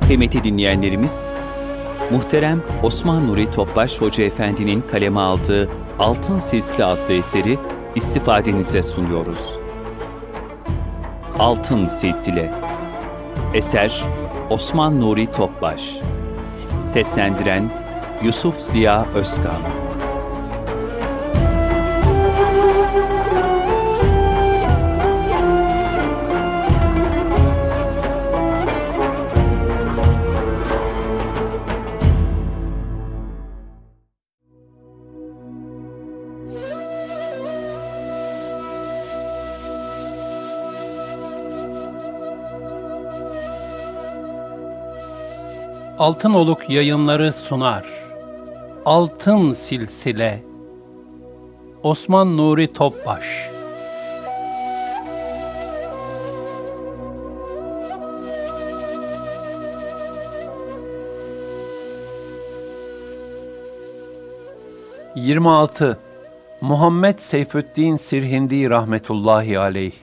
Kıymetli dinleyenlerimiz, muhterem Osman Nuri Topbaş Hoca Efendi'nin kaleme aldığı Altın Silsile adlı eseri istifadenize sunuyoruz. Altın Silsile. Eser Osman Nuri Topbaş. Seslendiren Yusuf Ziya Özkan. Altınoluk Yayınları sunar. Altın Silsile. Osman Nuri Topbaş. ...26. Muhammed Seyfüddin Sirhindi rahmetullahi aleyh.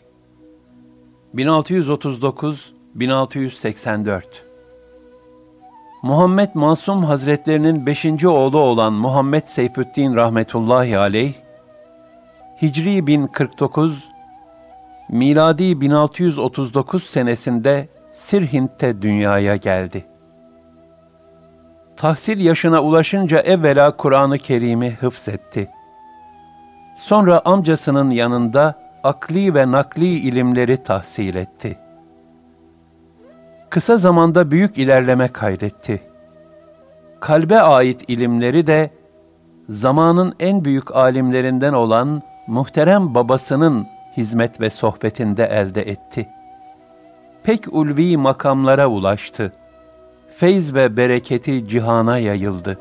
1639-1684. Muhammed Masum Hazretlerinin 5. oğlu olan Muhammed Seyfüddin rahmetullahi aleyh, Hicri 1049, miladi 1639 senesinde Sirhint'te dünyaya geldi. Tahsil yaşına ulaşınca evvela Kur'an-ı Kerim'i hıfzetti. Sonra amcasının yanında akli ve nakli ilimleri tahsil etti. Kısa zamanda büyük ilerleme kaydetti. Kalbe ait ilimleri de zamanın en büyük alimlerinden olan muhterem babasının hizmet ve sohbetinde elde etti. Pek ulvi makamlara ulaştı. Feyz ve bereketi cihana yayıldı.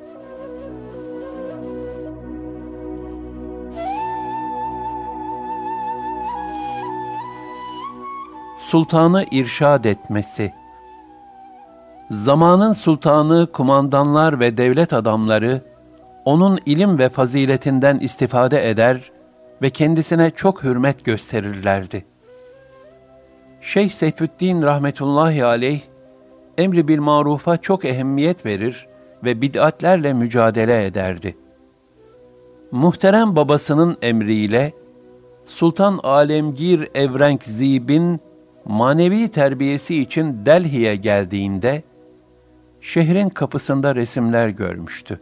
Sultanı irşad etmesi. Zamanın sultanı, kumandanlar ve devlet adamları onun ilim ve faziletinden istifade eder ve kendisine çok hürmet gösterirlerdi. Şeyh Seyfüddin rahmetullahi aleyh, emri bil marufa çok ehemmiyet verir ve bid'atlerle mücadele ederdi. Muhterem babasının emriyle Sultan Alemgir Evrenk Zib'in manevi terbiyesi için Delhi'ye geldiğinde, şehrin kapısında resimler görmüştü.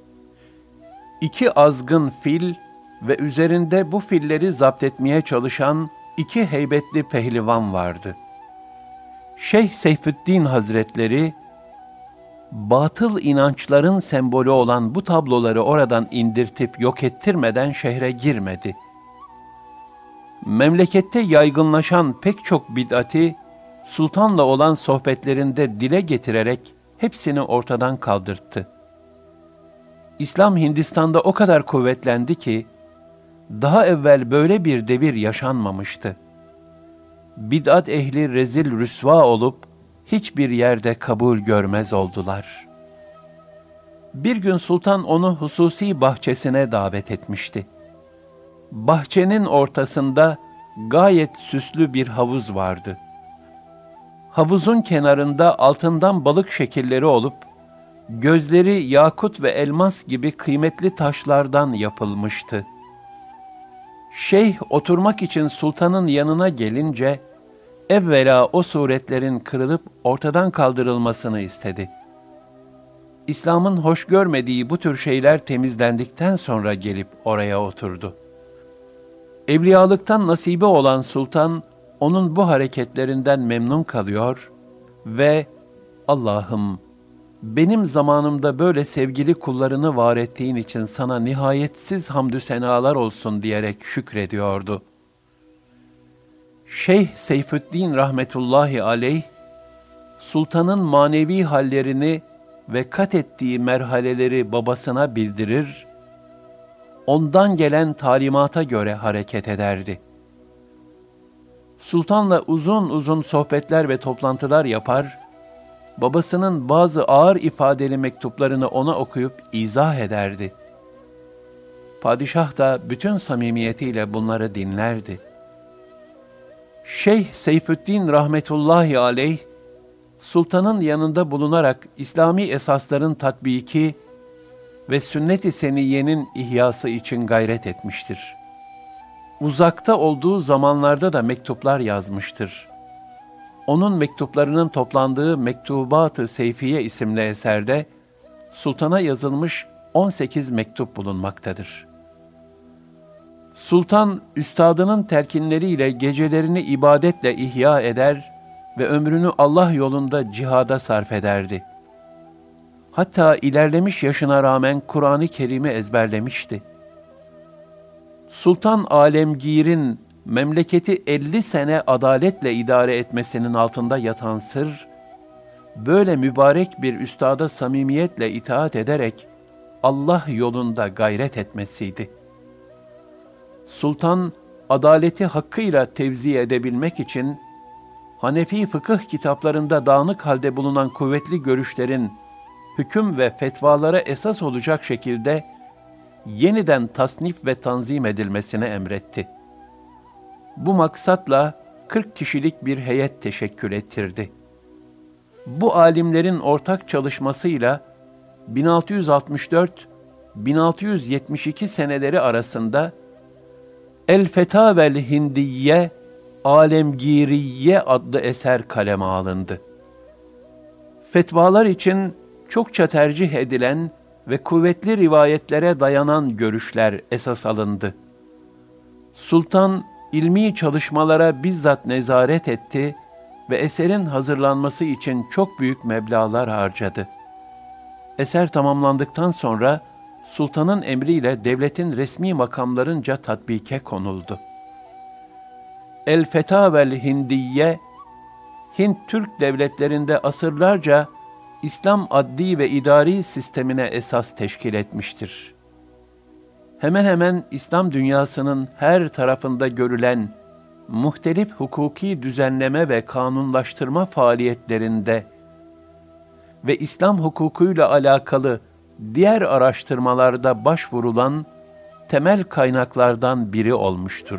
2 azgın fil ve üzerinde bu filleri zapt etmeye çalışan 2 heybetli pehlivan vardı. Şeyh Seyfüddin Hazretleri, batıl inançların sembolü olan bu tabloları oradan indirtip yok ettirmeden şehre girmedi. Memlekette yaygınlaşan pek çok bid'ati, sultanla olan sohbetlerinde dile getirerek hepsini ortadan kaldırttı. İslam Hindistan'da o kadar kuvvetlendi ki, daha evvel böyle bir devir yaşanmamıştı. Bid'at ehli rezil rüsva olup, hiçbir yerde kabul görmez oldular. Bir gün sultan onu hususi bahçesine davet etmişti. Bahçenin ortasında gayet süslü bir havuz vardı. Havuzun kenarında altından balık şekilleri olup, gözleri yakut ve elmas gibi kıymetli taşlardan yapılmıştı. Şeyh oturmak için sultanın yanına gelince, evvela o suretlerin kırılıp ortadan kaldırılmasını istedi. İslam'ın hoş görmediği bu tür şeyler temizlendikten sonra gelip oraya oturdu. Evliyalıktan nasibi olan sultan, onun bu hareketlerinden memnun kalıyor ve Allah'ım, benim zamanımda böyle sevgili kullarını var ettiğin için sana nihayetsiz hamdü senalar olsun diyerek şükrediyordu. Şeyh Seyfüddin rahmetullahi aleyh, sultanın manevi hallerini ve kat ettiği merhaleleri babasına bildirir, ondan gelen talimata göre hareket ederdi. Sultanla uzun uzun sohbetler ve toplantılar yapar, babasının bazı ağır ifadeli mektuplarını ona okuyup izah ederdi. Padişah da bütün samimiyetiyle bunları dinlerdi. Şeyh Seyfüddin rahmetullahi aleyh, sultanın yanında bulunarak İslami esasların tatbiki ve sünnet-i seniyyenin ihyası için gayret etmiştir. Uzakta olduğu zamanlarda da mektuplar yazmıştır. Onun mektuplarının toplandığı Mektubat-ı Seyfiye isimli eserde sultana yazılmış 18 mektup bulunmaktadır. Sultan, üstadının telkinleriyle gecelerini ibadetle ihya eder ve ömrünü Allah yolunda cihada sarf ederdi. Hatta ilerlemiş yaşına rağmen Kur'an-ı Kerim'i ezberlemişti. Sultan Alemgir'in memleketi 50 sene adaletle idare etmesinin altında yatan sır, böyle mübarek bir üstada samimiyetle itaat ederek Allah yolunda gayret etmesiydi. Sultan, adaleti hakkıyla tevzi edebilmek için, Hanefi fıkıh kitaplarında dağınık halde bulunan kuvvetli görüşlerin hüküm ve fetvalara esas olacak şekilde yeniden tasnif ve tanzim edilmesine emretti. Bu maksatla 40 kişilik bir heyet teşekkül ettirdi. Bu alimlerin ortak çalışmasıyla 1664-1672 seneleri arasında El-Fetavel Hindiye Alemgiriye adlı eser kaleme alındı. Fetvalar için çokça tercih edilen ve kuvvetli rivayetlere dayanan görüşler esas alındı. Sultan, ilmi çalışmalara bizzat nezaret etti ve eserin hazırlanması için çok büyük meblağlar harcadı. Eser tamamlandıktan sonra, sultanın emriyle devletin resmi makamlarınca tatbike konuldu. El-Fetavel Hindiye, Hint-Türk devletlerinde asırlarca İslam adli ve idari sistemine esas teşkil etmiştir. Hemen hemen İslam dünyasının her tarafında görülen muhtelif hukuki düzenleme ve kanunlaştırma faaliyetlerinde ve İslam hukukuyla alakalı diğer araştırmalarda başvurulan temel kaynaklardan biri olmuştur.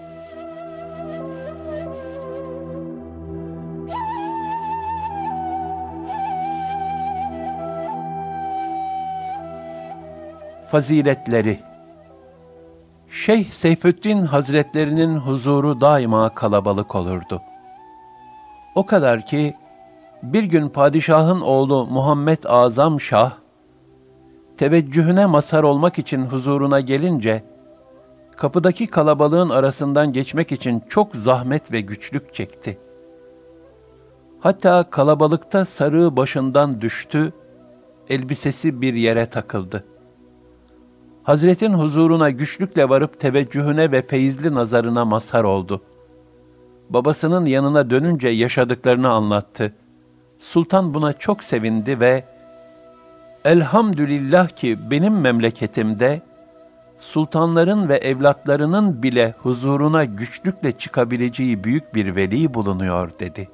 Faziletleri. Şeyh Seyfüddin Hazretlerinin huzuru daima kalabalık olurdu. O kadar ki bir gün padişahın oğlu Muhammed Azam Şah, teveccühüne mazhar olmak için huzuruna gelince, kapıdaki kalabalığın arasından geçmek için çok zahmet ve güçlük çekti. Hatta kalabalıkta sarığı başından düştü, elbisesi bir yere takıldı. Hazretin huzuruna güçlükle varıp teveccühüne ve feyizli nazarına mazhar oldu. Babasının yanına dönünce yaşadıklarını anlattı. Sultan buna çok sevindi ve "Elhamdülillah ki benim memleketimde sultanların ve evlatlarının bile huzuruna güçlükle çıkabileceği büyük bir veli bulunuyor" dedi.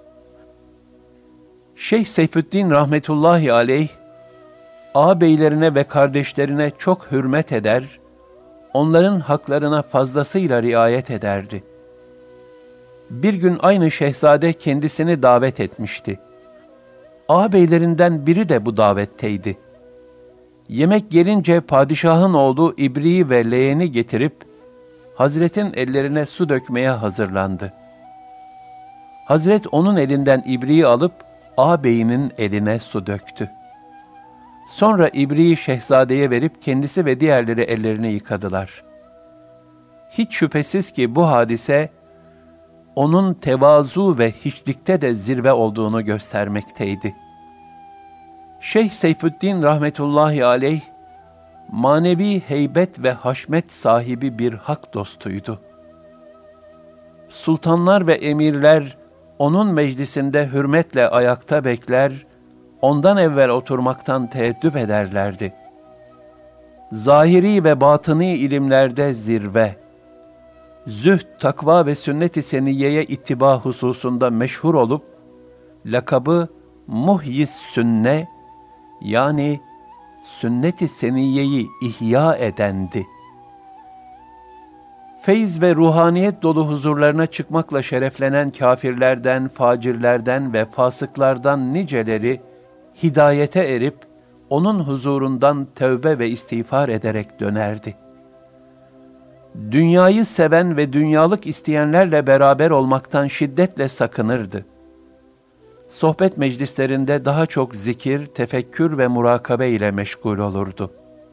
Şeyh Seyfüddin rahmetullahi aleyh, ağabeylerine ve kardeşlerine çok hürmet eder, onların haklarına fazlasıyla riayet ederdi. Bir gün aynı şehzade kendisini davet etmişti. Ağabeylerinden biri de bu davetteydi. Yemek gelince padişahın oğlu İbri'yi ve leğeni getirip, Hazretin ellerine su dökmeye hazırlandı. Hazret onun elinden İbri'yi alıp, ağabeyinin eline su döktü. Sonra İbri'yi şehzadeye verip kendisi ve diğerleri ellerini yıkadılar. Hiç şüphesiz ki bu hadise, onun tevazu ve hiçlikte de zirve olduğunu göstermekteydi. Şeyh Seyfüddin rahmetullahi aleyh, manevi heybet ve haşmet sahibi bir hak dostuydu. Sultanlar ve emirler, onun meclisinde hürmetle ayakta bekler, ondan evvel oturmaktan teeddüp ederlerdi. Zahiri ve batıni ilimlerde zirve, zühd, takva ve sünnet-i seniyyeye ittiba hususunda meşhur olup, lakabı Muhyis Sünne, yani sünnet-i seniyyeyi ihya edendi. Feyz ve ruhaniyet dolu huzurlarına çıkmakla şereflenen kâfirlerden, facirlerden ve fasıklardan niceleri hidayete erip, onun huzurundan tövbe ve istiğfar ederek dönerdi. Dünyayı seven ve dünyalık isteyenlerle beraber olmaktan şiddetle sakınırdı. Sohbet meclislerinde daha çok zikir, tefekkür ve murakabe ile meşgul olurdu.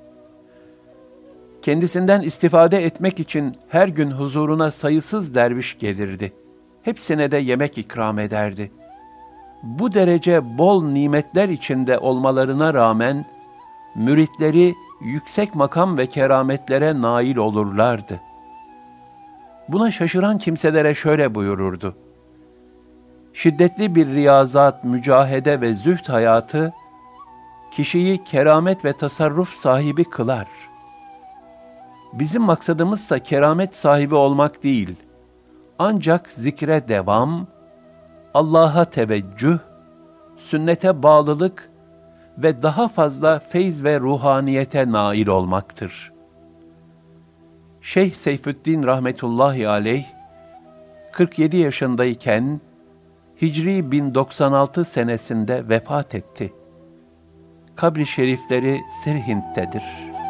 Kendisinden istifade etmek için her gün huzuruna sayısız derviş gelirdi. Hepsine de yemek ikram ederdi. Bu derece bol nimetler içinde olmalarına rağmen, müritleri yüksek makam ve kerametlere nail olurlardı. Buna şaşıran kimselere şöyle buyururdu: şiddetli bir riyazat, mücahede ve zühd hayatı, kişiyi keramet ve tasarruf sahibi kılar. Bizim maksadımızsa keramet sahibi olmak değil, ancak zikre devam, Allah'a teveccüh, sünnete bağlılık ve daha fazla feyz ve ruhaniyete nail olmaktır. Şeyh Seyfüddin rahmetullahi aleyh, 47 yaşındayken, Hicri 1096 senesinde vefat etti. Kabri şerifleri Sirhint'tedir.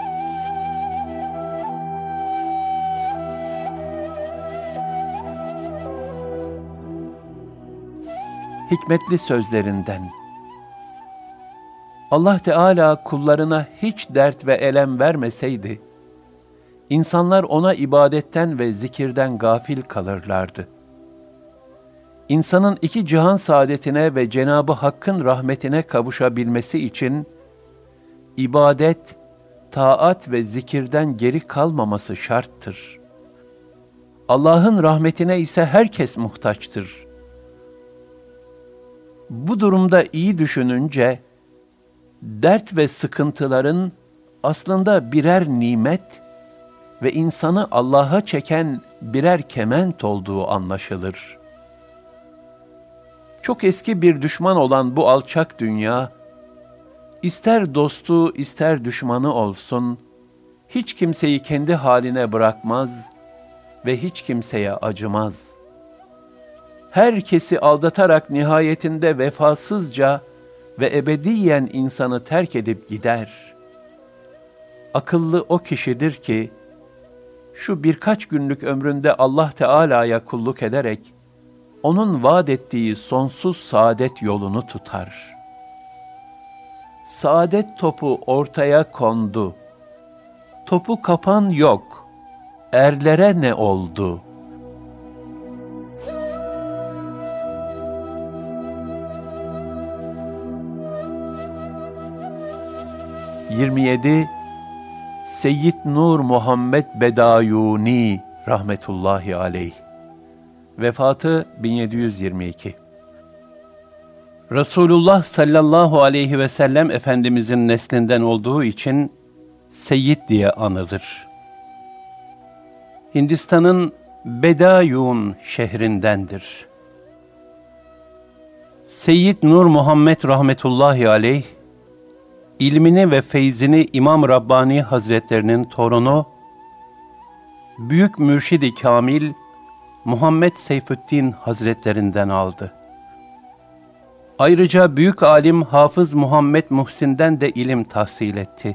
Hikmetli sözlerinden: Allah Teala kullarına hiç dert ve elem vermeseydi, insanlar ona ibadetten ve zikirden gafil kalırlardı. İnsanın iki cihan saadetine ve Cenab-ı Hakk'ın rahmetine kavuşabilmesi için, ibadet, taat ve zikirden geri kalmaması şarttır. Allah'ın rahmetine ise herkes muhtaçtır. Bu durumda iyi düşününce, dert ve sıkıntıların aslında birer nimet ve insanı Allah'a çeken birer kement olduğu anlaşılır. Çok eski bir düşman olan bu alçak dünya, ister dostu ister düşmanı olsun, hiç kimseyi kendi haline bırakmaz ve hiç kimseye acımaz. Herkesi aldatarak nihayetinde vefasızca ve ebediyen insanı terk edip gider. Akıllı o kişidir ki, şu birkaç günlük ömründe Allah Teala'ya kulluk ederek, onun vaat ettiği sonsuz saadet yolunu tutar. Saadet topu ortaya kondu. Topu kapan yok. Erlere ne oldu? Seyyid Nur Muhammed Bedayuni rahmetullahi aleyh. Vefatı 1722. Resulullah sallallahu aleyhi ve sellem Efendimizin neslinden olduğu için Seyyid diye anılır. Hindistan'ın Bedayun şehrindendir. Seyyid Nur Muhammed rahmetullahi aleyh, ilmini ve feyzini İmam Rabbani Hazretlerinin torunu, Büyük Mürşid-i Kamil Muhammed Seyfüddin Hazretlerinden aldı. Ayrıca büyük alim Hafız Muhammed Muhsin'den de ilim tahsil etti.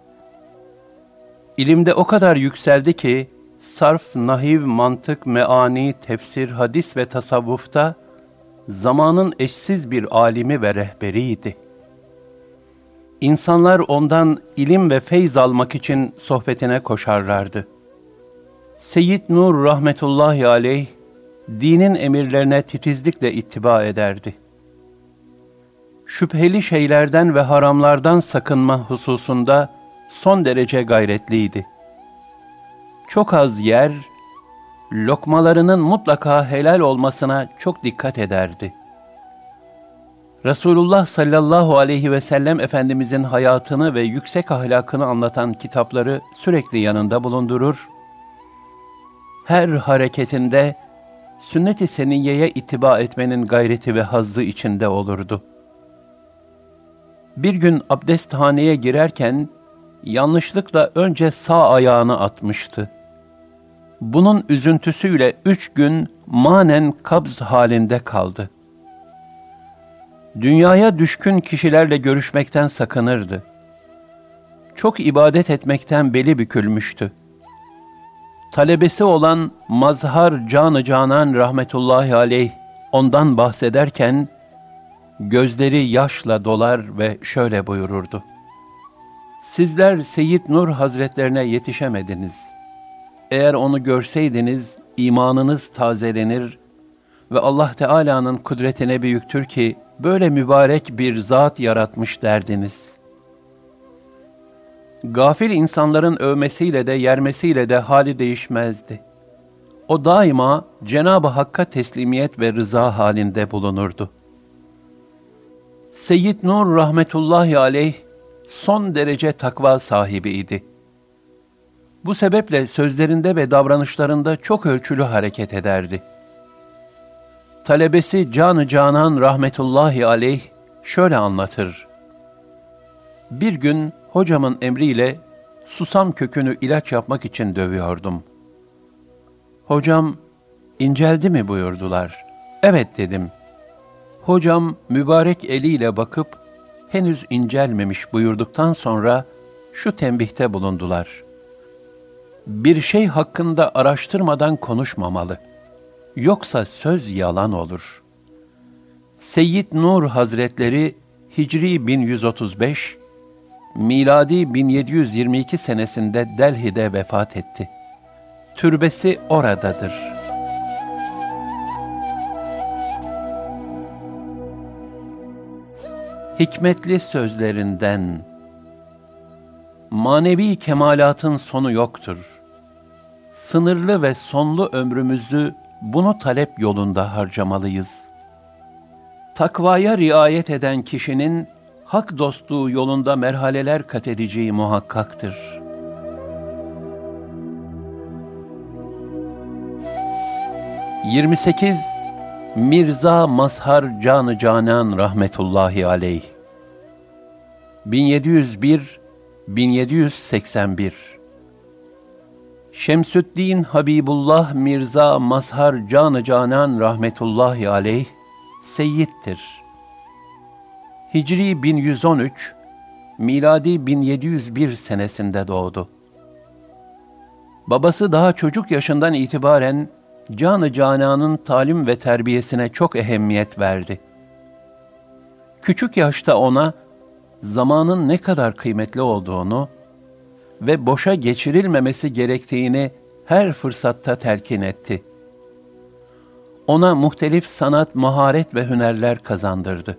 İlimde o kadar yükseldi ki, sarf, nahiv, mantık, meani, tefsir, hadis ve tasavvufta zamanın eşsiz bir alimi ve rehberiydi. İnsanlar ondan ilim ve feyz almak için sohbetine koşarlardı. Seyyid Nur rahmetullahi aleyh, dinin emirlerine titizlikle ittiba ederdi. Şüpheli şeylerden ve haramlardan sakınma hususunda son derece gayretliydi. Çok az yer, lokmalarının mutlaka helal olmasına çok dikkat ederdi. Resulullah sallallahu aleyhi ve sellem Efendimizin hayatını ve yüksek ahlakını anlatan kitapları sürekli yanında bulundurur, her hareketinde sünnet-i seniyyeye ittiba etmenin gayreti ve hazzı içinde olurdu. Bir gün abdesthaneye girerken yanlışlıkla önce sağ ayağını atmıştı. Bunun üzüntüsüyle 3 gün manen kabz halinde kaldı. Dünyaya düşkün kişilerle görüşmekten sakınırdı. Çok ibadet etmekten beli bükülmüştü. Talebesi olan Mazhar Can-ı Canan rahmetullahi aleyh ondan bahsederken gözleri yaşla dolar ve şöyle buyururdu: "Sizler Seyyid Nur Hazretlerine yetişemediniz. Eğer onu görseydiniz imanınız tazelenir ve Allah Teala'nın kudretine büyüktür ki böyle mübarek bir zat yaratmış derdiniz." Gafil insanların övmesiyle de yermesiyle de hali değişmezdi. O daima Cenab-ı Hakk'a teslimiyet ve rıza halinde bulunurdu. Seyyid Nur rahmetullahi aleyh son derece takva sahibiydi. Bu sebeple sözlerinde ve davranışlarında çok ölçülü hareket ederdi. Talebesi Can-ı Canan rahmetullahi aleyh şöyle anlatır: "Bir gün hocamın emriyle susam kökünü ilaç yapmak için dövüyordum. Hocam, inceldi mi buyurdular. Evet dedim. Hocam mübarek eliyle bakıp henüz incelmemiş buyurduktan sonra şu tembihte bulundular: bir şey hakkında araştırmadan konuşmamalı. Yoksa söz yalan olur. Seyyid Nur Hazretleri Hicri 1135, miladi 1722 senesinde Delhi'de vefat etti. Türbesi oradadır." Hikmetli sözlerinden: "Manevi kemalatın sonu yoktur. Sınırlı ve sonlu ömrümüzü bunu talep yolunda harcamalıyız. Takvaya riayet eden kişinin hak dostluğu yolunda merhaleler kat edeceği muhakkaktır." ...28 Mirza Mazhar Can-ı Canan rahmetullahi aleyh 1701-1781 Şemsüddin Habibullah Mirza Mazhar Can-ı Canan rahmetullahi aleyh seyyiddir. Hicri 1113, miladi 1701 senesinde doğdu. Babası daha çocuk yaşından itibaren Can-ı Canan'ın talim ve terbiyesine çok ehemmiyet verdi. Küçük yaşta ona zamanın ne kadar kıymetli olduğunu ve boşa geçirilmemesi gerektiğini her fırsatta telkin etti. Ona muhtelif sanat, maharet ve hünerler kazandırdı.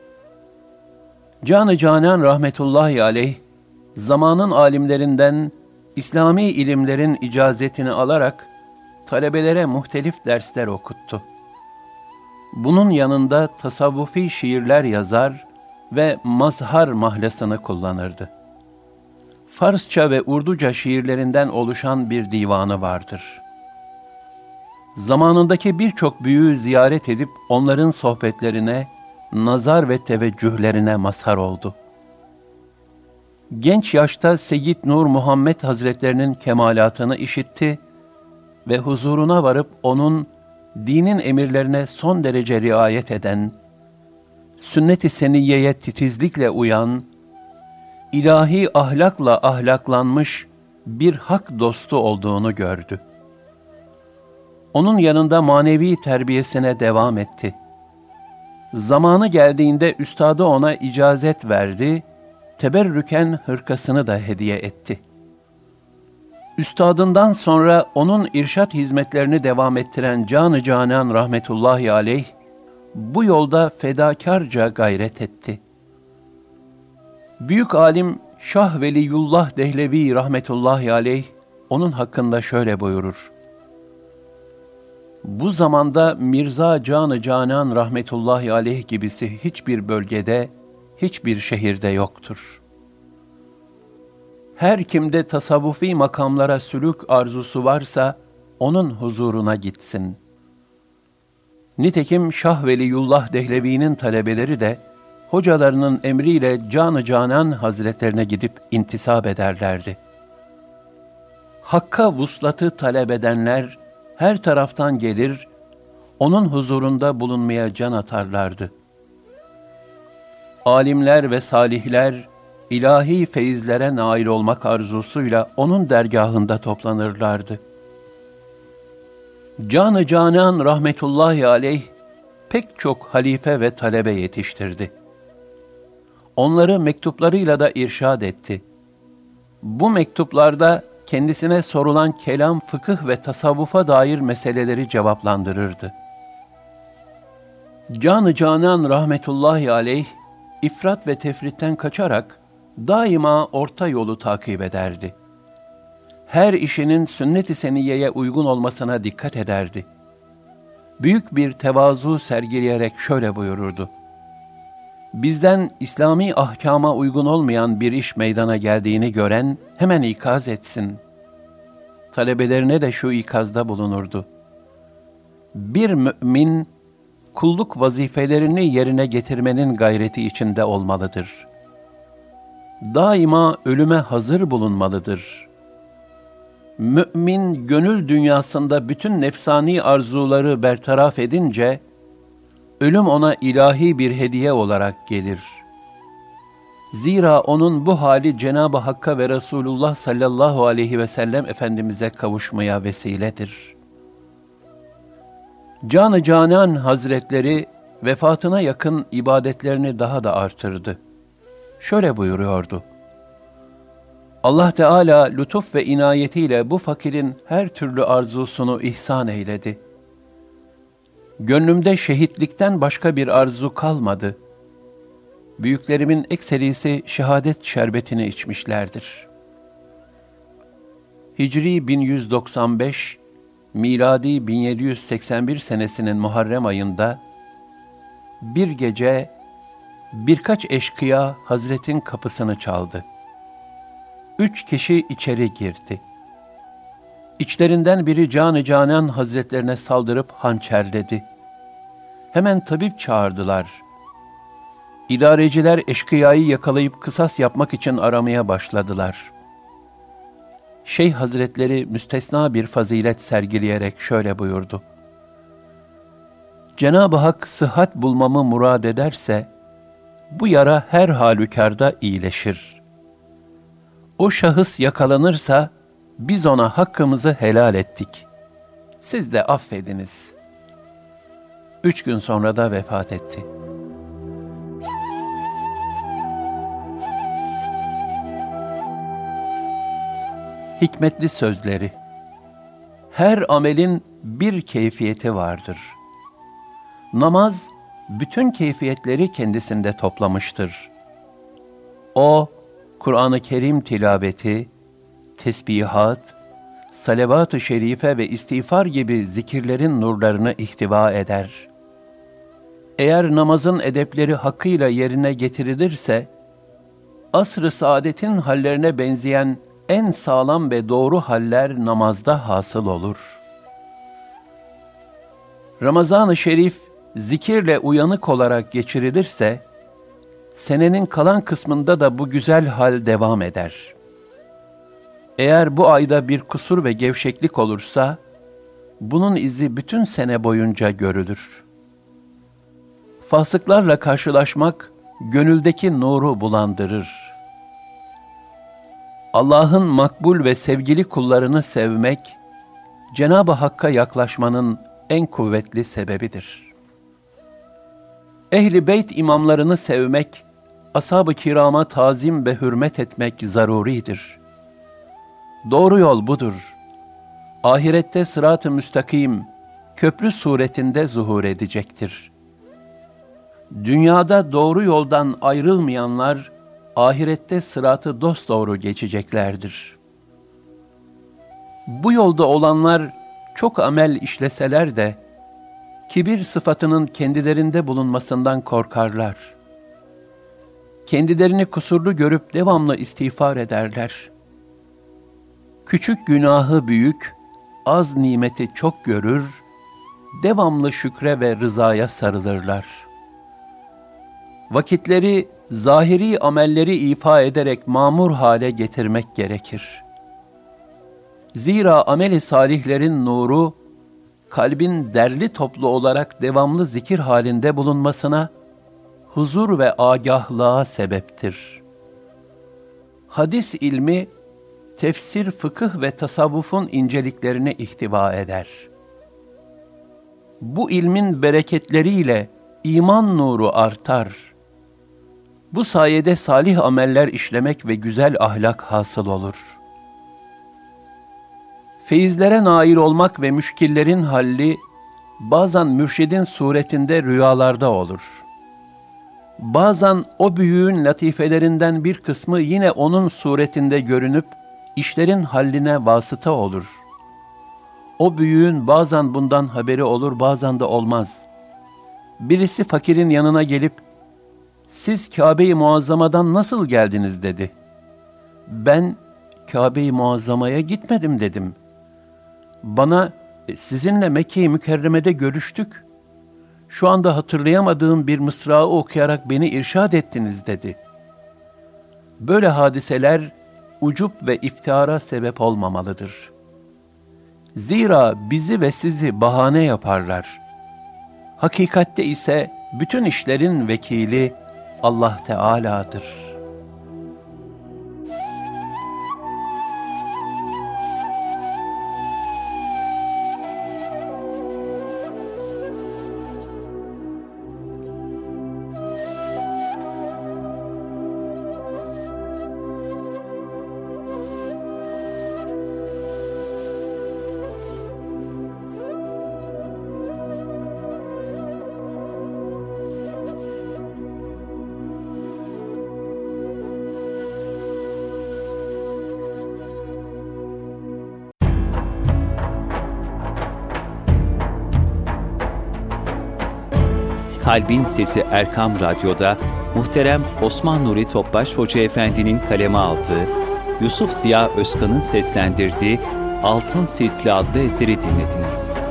Can-ı Canan rahmetullahi aleyh, zamanın alimlerinden İslami ilimlerin icazetini alarak talebelere muhtelif dersler okuttu. Bunun yanında tasavvufi şiirler yazar ve mazhar mahlasını kullanırdı. Farsça ve Urduca şiirlerinden oluşan bir divanı vardır. Zamanındaki birçok büyüğü ziyaret edip onların sohbetlerine, nazar ve teveccühlerine mazhar oldu. Genç yaşta Seyyid Nur Muhammed Hazretlerinin kemalatını işitti ve huzuruna varıp onun dinin emirlerine son derece riayet eden, sünnet-i seniyyeye titizlikle uyan, ilahi ahlakla ahlaklanmış bir hak dostu olduğunu gördü. Onun yanında manevi terbiyesine devam etti. Zamanı geldiğinde üstadı ona icazet verdi, teberrüken hırkasını da hediye etti. Üstadından sonra onun irşat hizmetlerini devam ettiren Can-ı Canan rahmetullahi aleyh, bu yolda fedakarca gayret etti. Büyük alim Şah Veliyullah Dehlevi rahmetullahi aleyh, onun hakkında şöyle buyurur: "Bu zamanda Mirza Can-ı Canan rahmetullahi aleyh gibisi hiçbir bölgede, hiçbir şehirde yoktur. Her kimde tasavvufi makamlara sülük arzusu varsa, onun huzuruna gitsin." Nitekim Şah Veliyullah Dehlevi'nin talebeleri de, hocalarının emriyle Can-ı Canan Hazretlerine gidip intisap ederlerdi. Hakka vuslatı talep edenler her taraftan gelir, onun huzurunda bulunmaya can atarlardı. Alimler ve salihler, ilahi feyizlere nail olmak arzusuyla onun dergahında toplanırlardı. Can-ı Canan rahmetullahi aleyh, pek çok halife ve talebe yetiştirdi. Onları mektuplarıyla da irşad etti. Bu mektuplarda kendisine sorulan kelam, fıkıh ve tasavvufa dair meseleleri cevaplandırırdı. Can-ı Canan rahmetullahi aleyh, ifrat ve tefritten kaçarak daima orta yolu takip ederdi. Her işinin sünnet-i seniyyeye uygun olmasına dikkat ederdi. Büyük bir tevazu sergileyerek şöyle buyururdu: bizden İslami ahkama uygun olmayan bir iş meydana geldiğini gören hemen ikaz etsin. Talebelerine de şu ikazda bulunurdu: bir mümin, kulluk vazifelerini yerine getirmenin gayreti içinde olmalıdır. Daima ölüme hazır bulunmalıdır. Mümin, gönül dünyasında bütün nefsani arzuları bertaraf edince, ölüm ona ilahi bir hediye olarak gelir. Zira onun bu hali Cenab-ı Hakk'a ve Resulullah sallallahu aleyhi ve sellem Efendimiz'e kavuşmaya vesiledir. Can-ı Canan Hazretleri vefatına yakın ibadetlerini daha da artırdı. Şöyle buyuruyordu: Allah Teala lütuf ve inayetiyle bu fakirin her türlü arzusunu ihsan eyledi. Gönlümde şehitlikten başka bir arzu kalmadı. Büyüklerimin ekserisi şehadet şerbetini içmişlerdir. Hicri 1195, miladi 1781 senesinin Muharrem ayında bir gece birkaç eşkıya Hazretin kapısını çaldı. 3 kişi içeri girdi. İçlerinden biri Can-ı Canan Hazretlerine saldırıp hançerledi. Hemen tabip çağırdılar. İdareciler eşkıyayı yakalayıp kısas yapmak için aramaya başladılar. Şeyh Hazretleri müstesna bir fazilet sergileyerek şöyle buyurdu: Cenab-ı Hak sıhhat bulmamı murad ederse, bu yara her halükarda iyileşir. O şahıs yakalanırsa, biz ona hakkımızı helal ettik. Siz de affediniz. 3 gün sonra da vefat etti. Hikmetli sözleri. Her amelin bir keyfiyeti vardır. Namaz, bütün keyfiyetleri kendisinde toplamıştır. O, Kur'an-ı Kerim tilaveti, tesbihat, salavat-ı şerife ve istiğfar gibi zikirlerin nurlarını ihtiva eder. Eğer namazın edepleri hakkıyla yerine getirilirse, asr-ı saadetin hallerine benzeyen en sağlam ve doğru haller namazda hasıl olur. Ramazan-ı Şerif zikirle uyanık olarak geçirilirse, senenin kalan kısmında da bu güzel hal devam eder. Eğer bu ayda bir kusur ve gevşeklik olursa, bunun izi bütün sene boyunca görülür. Fasıklarla karşılaşmak, gönüldeki nuru bulandırır. Allah'ın makbul ve sevgili kullarını sevmek, Cenab-ı Hakk'a yaklaşmanın en kuvvetli sebebidir. Ehl-i Beyt imamlarını sevmek, ashab-ı kirama tazim ve hürmet etmek zaruridir. Doğru yol budur. Ahirette sırat-ı müstakim, köprü suretinde zuhur edecektir. Dünyada doğru yoldan ayrılmayanlar, ahirette sıratı dosdoğru geçeceklerdir. Bu yolda olanlar çok amel işleseler de, kibir sıfatının kendilerinde bulunmasından korkarlar. Kendilerini kusurlu görüp devamlı istiğfar ederler. Küçük günahı büyük, az nimeti çok görür, devamlı şükre ve rızaya sarılırlar. Vakitleri zahiri amelleri ifa ederek mamur hale getirmek gerekir. Zira amel-i salihlerin nuru, kalbin derli toplu olarak devamlı zikir halinde bulunmasına, huzur ve agahlığa sebeptir. Hadis ilmi, tefsir, fıkıh ve tasavvufun inceliklerini ihtiva eder. Bu ilmin bereketleriyle iman nuru artar. Bu sayede salih ameller işlemek ve güzel ahlak hasıl olur. Feyizlere nail olmak ve müşkillerin halli, bazen mürşidin suretinde rüyalarda olur. Bazen o büyüğün latifelerinden bir kısmı yine onun suretinde görünüp, işlerin halline vasıta olur. O büyüğün bazen bundan haberi olur, bazen de olmaz. Birisi fakirin yanına gelip, "Siz Kâbe-i Muazzama'dan nasıl geldiniz?" dedi. "Ben Kâbe-i Muazzama'ya gitmedim." dedim. Bana, "Sizinle Mekke-i Mükerreme'de görüştük. Şu anda hatırlayamadığım bir mısrağı okuyarak beni irşad ettiniz." dedi. Böyle hadiseler ucup ve iftihara sebep olmamalıdır. Zira bizi ve sizi bahane yaparlar. Hakikatte ise bütün işlerin vekili Allah Teala'dır. Kalbin Sesi Erkam Radyo'da muhterem Osman Nuri Topbaş Hoca Efendi'nin kaleme aldığı, Yusuf Ziya Özkan'ın seslendirdiği Altın Silsile adlı eseri dinlediniz.